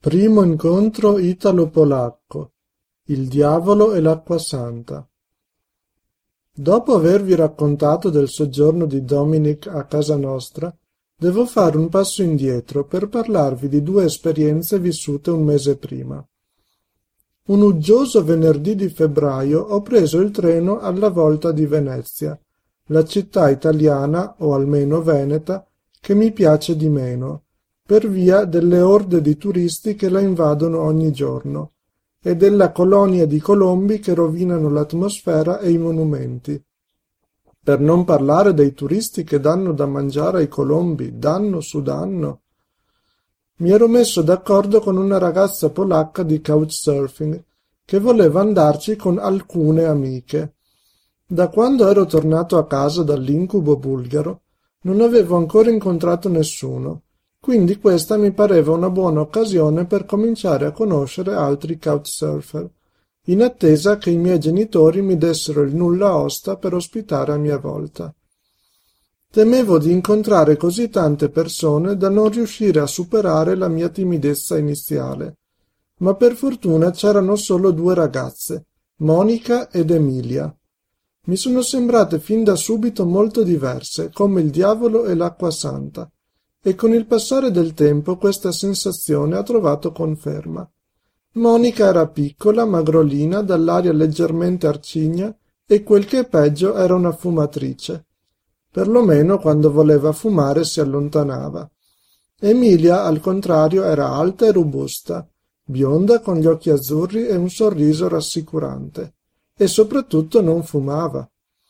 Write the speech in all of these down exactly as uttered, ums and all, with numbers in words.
Primo incontro italo-polacco. Il diavolo e l'acqua santa. Dopo avervi raccontato del soggiorno di Dominic a casa nostra, devo fare un passo indietro per parlarvi di due esperienze vissute un mese prima. Un uggioso venerdì di febbraio ho preso il treno alla volta di Venezia, la città italiana, o almeno veneta, che mi piace di meno, per via delle orde di turisti che la invadono ogni giorno e della colonia di colombi che rovinano l'atmosfera e i monumenti. Per non parlare dei turisti che danno da mangiare ai colombi, danno su danno. Mi ero messo d'accordo con una ragazza polacca di couchsurfing che voleva andarci con alcune amiche. Da quando ero tornato a casa dall'incubo bulgaro non avevo ancora incontrato nessuno, quindi questa mi pareva una buona occasione per cominciare a conoscere altri couchsurfer, in attesa che i miei genitori mi dessero il nulla osta per ospitare a mia volta. Temevo di incontrare così tante persone da non riuscire a superare la mia timidezza iniziale, ma per fortuna c'erano solo due ragazze, Monica ed Emilia. Mi sono sembrate fin da subito molto diverse, come il diavolo e l'acqua santa, e con il passare del tempo questa sensazione ha trovato conferma. Monica era piccola, magrolina, dall'aria leggermente arcigna, e quel che è peggio era una fumatrice. Perlomeno quando voleva fumare si allontanava. Emilia, al contrario, era alta e robusta, bionda con gli occhi azzurri e un sorriso rassicurante, e soprattutto non fumava.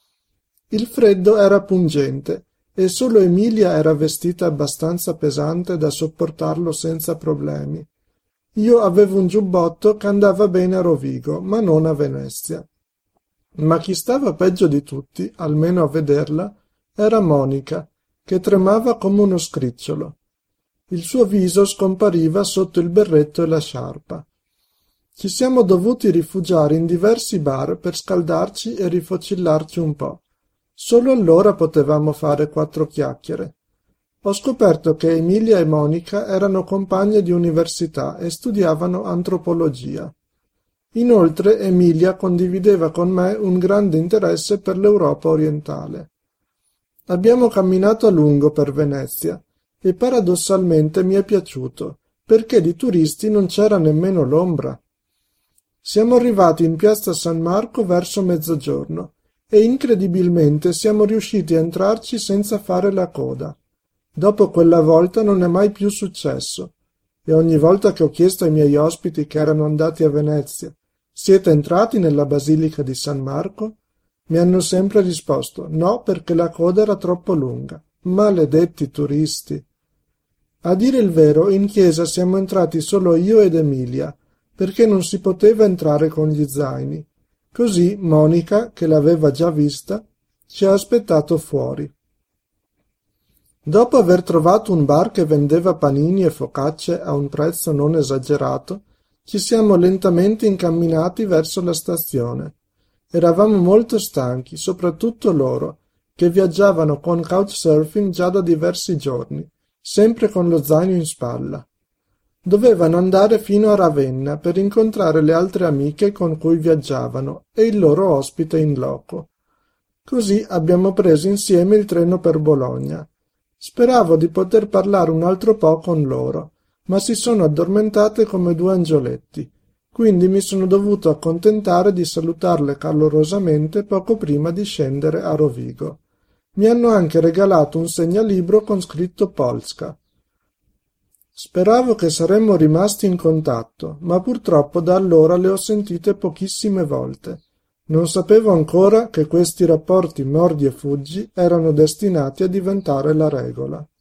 Il freddo era pungente, e solo Emilia era vestita abbastanza pesante da sopportarlo senza problemi. Io avevo un giubbotto che andava bene a Rovigo, ma non a Venezia. Ma chi stava peggio di tutti, almeno a vederla, era Monica, che tremava come uno scricciolo. Il suo viso scompariva sotto il berretto e la sciarpa. Ci siamo dovuti rifugiare in diversi bar per scaldarci e rifocillarci un po'. Solo allora potevamo fare quattro chiacchiere. Ho scoperto che Emilia e Monica erano compagne di università e studiavano antropologia. Inoltre Emilia condivideva con me un grande interesse per l'Europa orientale. Abbiamo camminato a lungo per Venezia e paradossalmente mi è piaciuto, perché di turisti non c'era nemmeno l'ombra. Siamo arrivati in piazza San Marco verso mezzogiorno e incredibilmente siamo riusciti a entrarci senza fare la coda. Dopo quella volta non è mai più successo, e ogni volta che ho chiesto ai miei ospiti che erano andati a Venezia «Siete entrati nella Basilica di San Marco?» mi hanno sempre risposto «No, perché la coda era troppo lunga». Maledetti turisti! A dire il vero, in chiesa siamo entrati solo io ed Emilia, perché non si poteva entrare con gli zaini. Così Monica, che l'aveva già vista, ci ha aspettato fuori. Dopo aver trovato un bar che vendeva panini e focacce a un prezzo non esagerato, ci siamo lentamente incamminati verso la stazione. Eravamo molto stanchi, soprattutto loro, che viaggiavano con couchsurfing già da diversi giorni, sempre con lo zaino in spalla. Dovevano andare fino a Ravenna per incontrare le altre amiche con cui viaggiavano e il loro ospite in loco. Così abbiamo preso insieme il treno per Bologna. Speravo di poter parlare un altro po' con loro, ma si sono addormentate come due angioletti, quindi mi sono dovuto accontentare di salutarle calorosamente poco prima di scendere a Rovigo. Mi hanno anche regalato un segnalibro con scritto Polska. Speravo che saremmo rimasti in contatto, ma purtroppo da allora le ho sentite pochissime volte. Non sapevo ancora che questi rapporti mordi e fuggi erano destinati a diventare la regola.